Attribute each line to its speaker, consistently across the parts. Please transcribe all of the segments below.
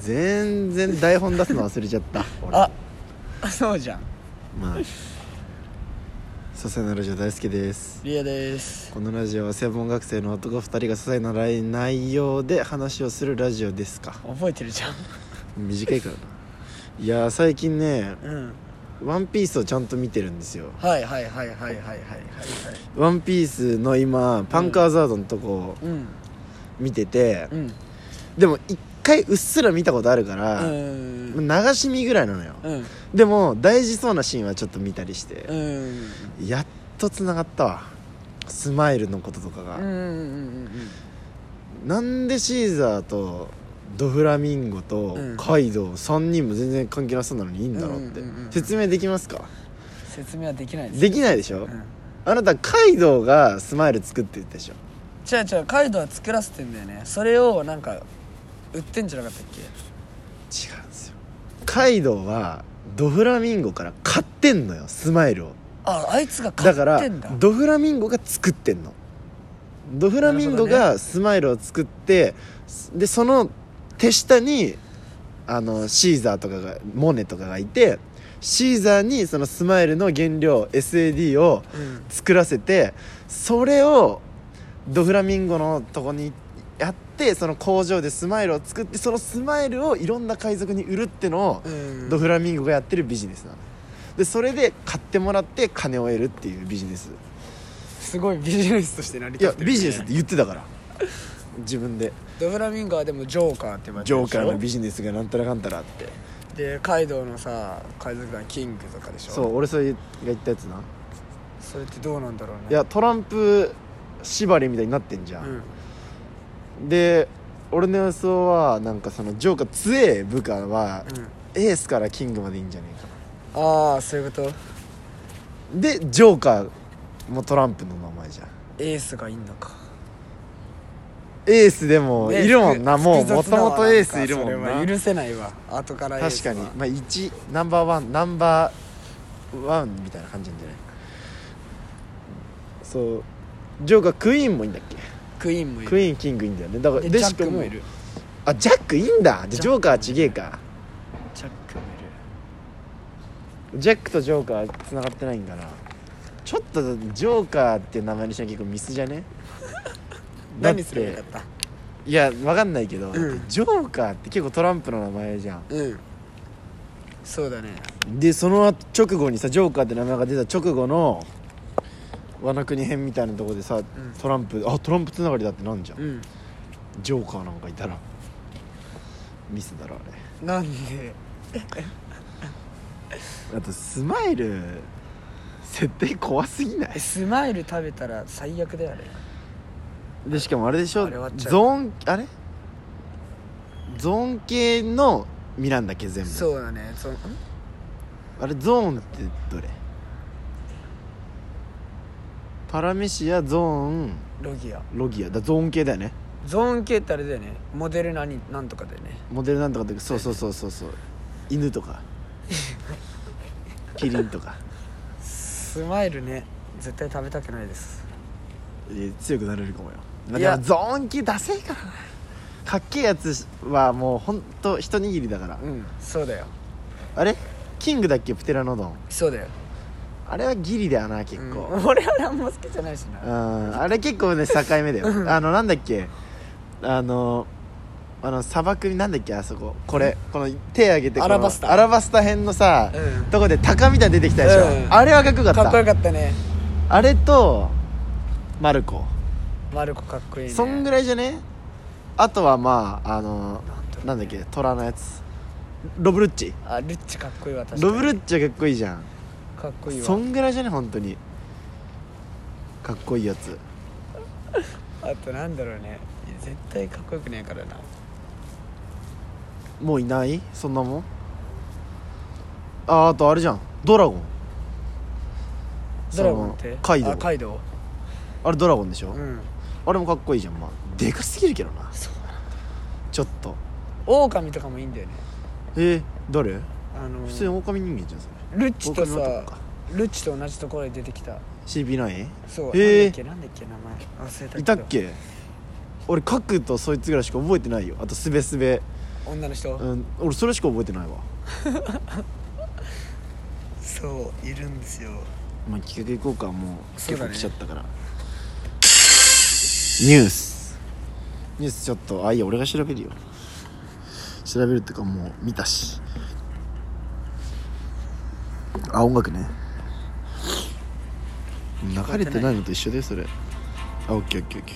Speaker 1: 全然台本出すの忘れちゃった俺。
Speaker 2: あ、そうじゃん。
Speaker 1: まあ些細なラジオ大好きです。
Speaker 2: リエです。
Speaker 1: このラジオは専門学生の男2人が些細な内容で話をするラジオですか。
Speaker 2: 覚えてるじゃん。
Speaker 1: 短いからな。いや最近ね、
Speaker 2: うん。
Speaker 1: ワンピースをちゃんと見てるんですよ。
Speaker 2: はいはいはいはいはいはいはい。
Speaker 1: ワンピースの今パンカーザードのとこ
Speaker 2: うん
Speaker 1: 見てて、
Speaker 2: うん
Speaker 1: でも一回うっすら見たことあるか
Speaker 2: う
Speaker 1: ら、
Speaker 2: ん
Speaker 1: 流し見ぐらいなのよ。
Speaker 2: うん
Speaker 1: でも大事そうなシーンはちょっと見たりして、
Speaker 2: うん
Speaker 1: やっとつながったわ、スマイルのこととかが、なんでシーザーとドフラミンゴとカイドウ3人も全然関係なさそうなのにいいんだろうって、説明できますか？
Speaker 2: 説明はできないです。
Speaker 1: できないでしょ、
Speaker 2: うん、
Speaker 1: あなたカイドウがスマイル作って言ったでしょ。
Speaker 2: 違うカイドウは作らせてんだよね。それをなんか売ってんじゃなかったっけ？
Speaker 1: 違うんですよ。カイドウはドフラミンゴから買ってんのよ、スマイルを。
Speaker 2: あいつが買ってんだ。
Speaker 1: だからドフラミンゴが作ってんの。ドフラミンゴがスマイルを作って、でその手下にシーザーとかがモネとかがいて、シーザーにそのスマイルの原料 SAD を作らせて、それをドフラミンゴのとこにやって、その工場でスマイルを作って、そのスマイルをいろんな海賊に売るってのをドフラミンゴがやってるビジネスなので、それで買ってもらって金を得るっていうビジネス。
Speaker 2: すごいビジネスとして成り立ってる、ね、
Speaker 1: いやビジネスって言ってたから自分で。
Speaker 2: ドフラミンゴはでもジョーカーって言われて
Speaker 1: ジ
Speaker 2: るでしょ。
Speaker 1: ョーカーのビジネスがなんたらかんたらって
Speaker 2: でカイドウのさ海賊団キングとかでしょ。
Speaker 1: そう、俺それが言ったやつな。
Speaker 2: それってどうなんだろうね。
Speaker 1: いやトランプ縛りみたいになってんじゃん、で俺の予想はなんかそのジョーカー強え部下は、エースからキングまでいいんじゃねえかな。
Speaker 2: ああそういうこと。
Speaker 1: でジョーカーもトランプの名前じゃん。
Speaker 2: エースがいんのか。
Speaker 1: エースでもいるもんな、もともとエースいるもんな。
Speaker 2: それは許せないわ、後からエースは。
Speaker 1: 確かに、まあ、1ナンバーワンみたいな感じなんじゃない。そうジョーカークイーンもいいんだっけ。
Speaker 2: クイーンもいる。
Speaker 1: クイーンキングいいんだよね。だから
Speaker 2: でジャックもいる。
Speaker 1: あジャックいいんだ。じゃジョーカーはちげえか。
Speaker 2: ジャックもいる。
Speaker 1: ジャックとジョーカーつながってないんかな。ちょっとジョーカーっていう名前にしな結構ミスじゃね
Speaker 2: 何すればよかった。
Speaker 1: いや分かんないけど、ジョーカーって結構トランプの名前じゃん。
Speaker 2: そうだね。
Speaker 1: でその直後にさジョーカーって名前が出た直後のワナ国編みたいなとこでさ、トランプつながりだってなんじゃん、ジョーカーなんかいたらミスだろあれ。
Speaker 2: なんで
Speaker 1: あとスマイル設定怖すぎない？
Speaker 2: スマイル食べたら最悪だよね。
Speaker 1: でしかもあれでしょ、
Speaker 2: あれ割っちゃう。
Speaker 1: ゾーン系の実なんだっけ全部。
Speaker 2: そうだね。
Speaker 1: あれゾーンってどれ？パラメシア、ゾーン、ロギアだ。ゾーン系だよね。
Speaker 2: ゾーン系ってあれだよね。モデルなんとかだよね。
Speaker 1: モデルなんとかってそう犬とかキリンとか。
Speaker 2: スマイルね絶対食べたくないです。
Speaker 1: 強くなれるかもよ。でもゾーン系ダセいからな。かっけえやつはもうほんと一握りだから。
Speaker 2: そうだよ。
Speaker 1: あれキングだっけ、プテラノドン。
Speaker 2: そうだよ。
Speaker 1: あれはギリだよな結構、
Speaker 2: 俺は何も好きじゃないしな。
Speaker 1: あれ結構ね境目だよなんだっけ、砂漠になんだっけ、あそここの手上げて
Speaker 2: アラバス
Speaker 1: タ編のさ、とこで鷹みたいに出てきたでしょ、あれはかっこよかった。
Speaker 2: かっこよかったね。
Speaker 1: あれとマルコ
Speaker 2: かっこいいね。
Speaker 1: そんぐらいじゃね。あとはまあなんだっけ、虎のやつロブルッチ。
Speaker 2: ルッチかっこいいわ。確かに
Speaker 1: ロブルッチはかっこいいじゃん。
Speaker 2: かっこいいわ。
Speaker 1: そんぐらいじゃね本当にかっこいいやつ。
Speaker 2: あとなんだろうね、絶対かっこよくねえからな。
Speaker 1: もういない？そんなもん。あとあれじゃん、ドラゴン
Speaker 2: って
Speaker 1: カイドウ。あれドラゴンでしょ、あれもかっこいいじゃん。まあでかすぎるけどな。
Speaker 2: そう
Speaker 1: ちょっと
Speaker 2: 狼とかもいいんだよね。
Speaker 1: 誰？普通に狼人間じゃんそれ。
Speaker 2: ルッチとさ、ルッチと同じところで出てきた
Speaker 1: CP9？
Speaker 2: そう、なんだっけ名前忘れたけど。
Speaker 1: いたっけ。俺核とそいつぐらいしか覚えてないよ。あとスベ
Speaker 2: 女の人、
Speaker 1: うん、俺それしか覚えてないわ。
Speaker 2: そういるんですよ。
Speaker 1: まあ企画いこうか。もう結構
Speaker 2: そうだね
Speaker 1: 来ちゃったから、ニュースちょっといいよ、俺が調べるよ。調べるってかもう見たし。音楽ね、流れてないのと一緒だよそれ。オッケーオッケーオッケーオッケ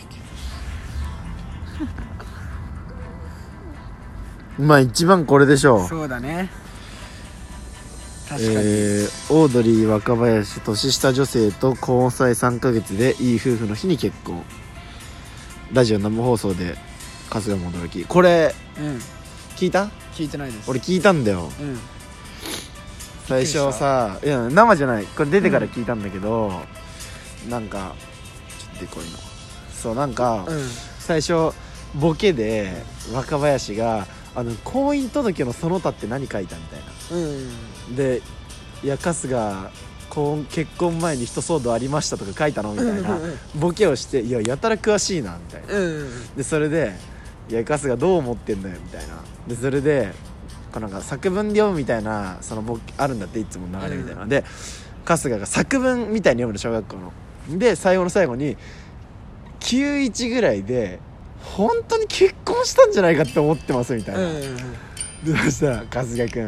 Speaker 1: ー。まあ一番これでしょう。
Speaker 2: そうだね、確かに、
Speaker 1: オードリー若林年下女性と交際3ヶ月でいい夫婦の日に結婚。ラジオ生放送で春日も驚き。これ
Speaker 2: うん
Speaker 1: 聞いた？
Speaker 2: 聞いてないです。
Speaker 1: 俺聞いたんだよ
Speaker 2: うん
Speaker 1: 最初さ。いや生じゃない、これ出てから聞いたんだけど、なんかちょっとでこいの。そうなんか、
Speaker 2: うん
Speaker 1: 最初ボケで若林が婚姻届のその他って何書いたみたいなで、いや春日結婚前に一騒動ありましたとか書いたのみたいなボケをして、いややたら詳しいなみたいな。でそれで、いや春日どう思ってんのよみたいな。でそれでなんか作文で読むみたいなそのボケあるんだって、いつも流れみたいなので、春日が作文みたいに読むの、小学校の。で最後の最後に91ぐらいで本当に結婚したんじゃないかって思ってますみたいな。でそしたら春日くん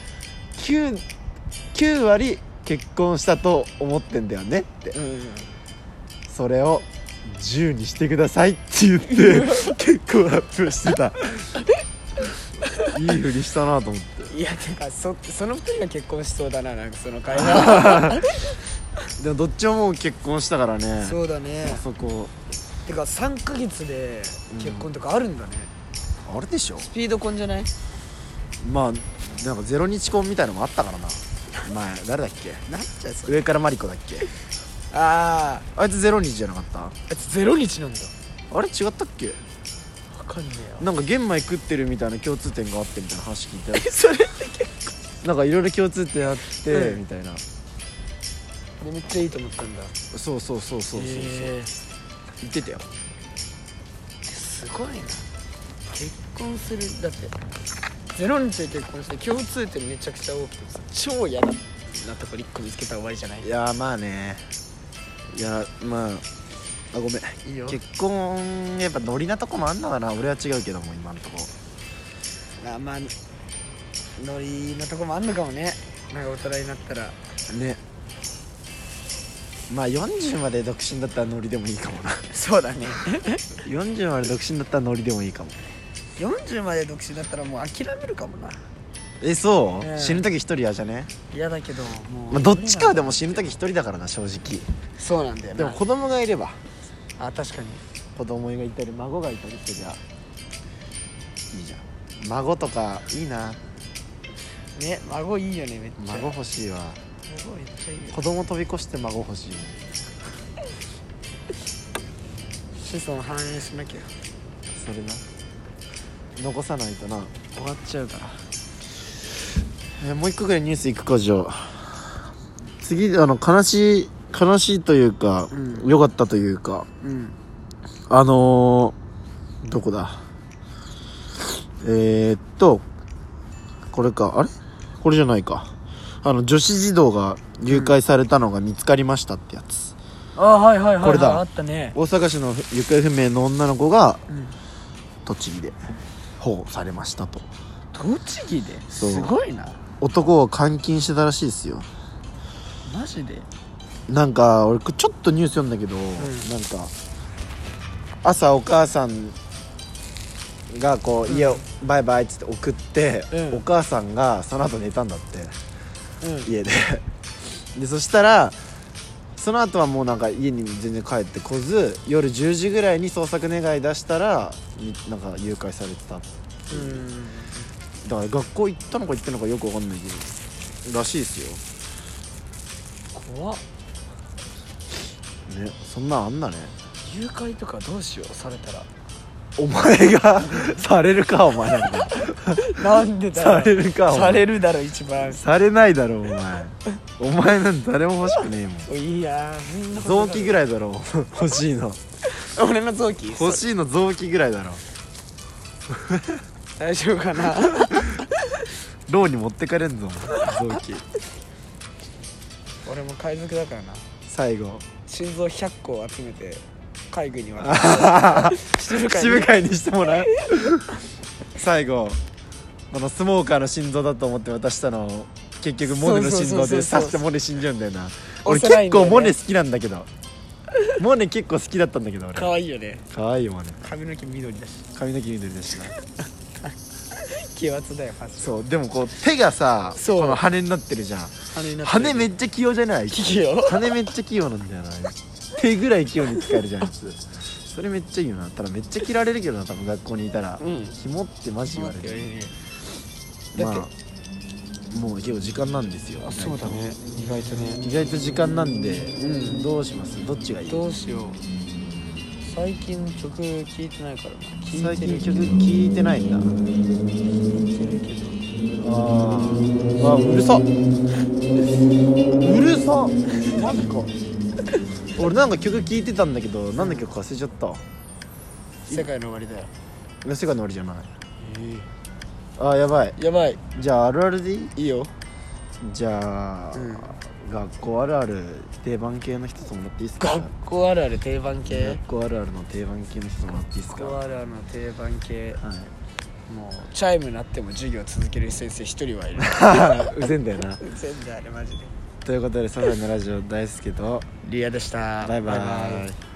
Speaker 1: 9割結婚したと思ってんだよねって、それを10にしてくださいって言って結婚発表してた。いいふりしたなと思って。
Speaker 2: いやてかその2人が結婚しそうだな、なんかその会話。
Speaker 1: でもどっちももう結婚したからね。
Speaker 2: そうだね。
Speaker 1: あそこ
Speaker 2: てか3ヶ月で結婚とかあるんだね、
Speaker 1: あれでしょ。
Speaker 2: スピード婚じゃない？
Speaker 1: まあなんかゼロ日婚みたいのもあったからな。前誰だっけ、
Speaker 2: なんじゃそれ。
Speaker 1: 上からマリコだっけ。
Speaker 2: あ
Speaker 1: あいつゼロ日じゃなかった？
Speaker 2: あいつ0日なんだ。
Speaker 1: あれ違ったっけ。
Speaker 2: わかんねえよ。
Speaker 1: なんか玄米食ってるみたいな共通点があってみたいな話聞いたよ。
Speaker 2: それって結
Speaker 1: なんかいろいろ共通点あって、
Speaker 2: うん
Speaker 1: みたいな。
Speaker 2: 構めっちゃいいと思ったんだ。
Speaker 1: そうそうそうそうそう、言ってたよ。
Speaker 2: すごいな。結婚するだって0日で結婚して共通点めちゃくちゃ多くてさ、超嫌だなところ1個見つけたら終わりじゃない？
Speaker 1: いやまあね、いやまあごめん、
Speaker 2: いいよ。
Speaker 1: 結婚やっぱノリなとこもあんのかな。俺は違うけども今んとこ。
Speaker 2: まあノリなとこもあんのかもね。なんか大人になったら
Speaker 1: ね。まあ40まで独身だったらノリでもいいかもな。
Speaker 2: そうだね。
Speaker 1: 40まで独身だったらノリでもいいかも。
Speaker 2: 40まで独身だったらもう諦めるかもな。
Speaker 1: そう、
Speaker 2: うん
Speaker 1: 死ぬ時一人嫌じゃね。
Speaker 2: 嫌だけどもう、
Speaker 1: まあ、どっちかはでも死ぬ時一人だからな正直。
Speaker 2: そうなんだよな。
Speaker 1: でも子供がいれば、
Speaker 2: 確かに
Speaker 1: 子供がいたり孫がいたりしてりゃいいじゃん。孫とかいいな。
Speaker 2: ね、孫いいよね。めっちゃ
Speaker 1: 孫欲しいわ。
Speaker 2: 孫めっちゃいいよ。
Speaker 1: 子供飛び越して孫欲しい。
Speaker 2: 子孫繁栄しなきゃ
Speaker 1: それな、残さないとな。
Speaker 2: 終わっちゃうから。
Speaker 1: もう一個ぐらいニュースいくか。じゃあ次悲しいというか、良かったというか、どこだ。これか。あれこれじゃないか。女子児童が誘拐されたのが見つかりましたってやつ。
Speaker 2: はいはいはい、
Speaker 1: これだ。
Speaker 2: あったね。
Speaker 1: 大阪市の行方不明の女の子が、栃木で保護されましたと。
Speaker 2: 栃木で？
Speaker 1: そう
Speaker 2: すごいな。
Speaker 1: 男を監禁してたらしいですよ。
Speaker 2: マジで？
Speaker 1: なんか俺ちょっとニュース読んだけど、なんか朝お母さんがこう家をバイバイっつって送って、お母さんがその後寝たんだって、家ででそしたらその後はもうなんか家に全然帰ってこず、夜10時ぐらいに捜索願い出したらなんか誘拐されてた。だから学校行ったのか行ってんのかよくわかんないけどらしいですよ。
Speaker 2: 怖っ
Speaker 1: ね。そんなんあんなね。
Speaker 2: 誘拐とかどうしようされたら。
Speaker 1: お前がされるか。お前なんか
Speaker 2: なんでだろ。
Speaker 1: されるか。お前
Speaker 2: されるだろ一番。
Speaker 1: されないだろお前。お前なんて誰も欲しくねえもん。
Speaker 2: いやみんな
Speaker 1: 臓器ぐらいだろ欲しいの。
Speaker 2: 俺の臓器
Speaker 1: 欲しいの臓器ぐらいだろ。
Speaker 2: 大丈夫かな。
Speaker 1: ローに持ってかれんぞ臓器。
Speaker 2: 俺も海賊だからな。
Speaker 1: 最後
Speaker 2: 心臓100個を集めて海軍に渡して
Speaker 1: 七部会にしてもらう。最後このスモーカーの心臓だと思って渡したのを結局モネの心臓で刺してモネ死んじゃうんだよな。俺結構モネ好きなんだけど、モネ結構好きだったんだけど俺。
Speaker 2: 可愛いよね。
Speaker 1: 可愛いよモネ。
Speaker 2: 髪の毛緑だし
Speaker 1: 髪の毛緑だしな。
Speaker 2: 奇抜だよファッション。
Speaker 1: そうでもこう手がさ
Speaker 2: そう
Speaker 1: この羽になってるじゃん。
Speaker 2: 羽になってる。
Speaker 1: 羽めっちゃ器用じゃない？
Speaker 2: 器用。
Speaker 1: 羽めっちゃ器用なんだよな。手ぐらい器用に使えるじゃんあいつ。それめっちゃいいよな。ただめっちゃ嫌われるけどな、多分学校にいたら。キモってマジ言われる。まあもう結構時間なんですよ。
Speaker 2: あ、そうだね。意外とね。
Speaker 1: 意外と時間なんで、
Speaker 2: うん
Speaker 1: どうします？どっちがいい？
Speaker 2: どうしよう。最近曲聴いてないからな。
Speaker 1: 最近曲聴いてないんだ。
Speaker 2: 聴いてるけど。
Speaker 1: あうるさっ。うるさっ。マジか。俺なんか曲聴いてたんだけど、なんだ曲忘れちゃった。
Speaker 2: 世界の終わりだよ。
Speaker 1: 世界の終わりじゃない。やばい。
Speaker 2: やばい。
Speaker 1: じゃああるあるでいい？
Speaker 2: いいよ。
Speaker 1: じゃあ、学校あるある定番系の一つもらっていいですか？
Speaker 2: 学校あるある定番系。
Speaker 1: 学校あるあるの定番系の一つもらっていいですか？
Speaker 2: 学校あるあるの定番系。
Speaker 1: はい。
Speaker 2: もうチャイム鳴っても授業続ける先生一人はいる。
Speaker 1: うぜんだよな。
Speaker 2: 全然あれマジで。
Speaker 1: ということでサザエのラジオ大輔と
Speaker 2: リアでした。
Speaker 1: バイバイ。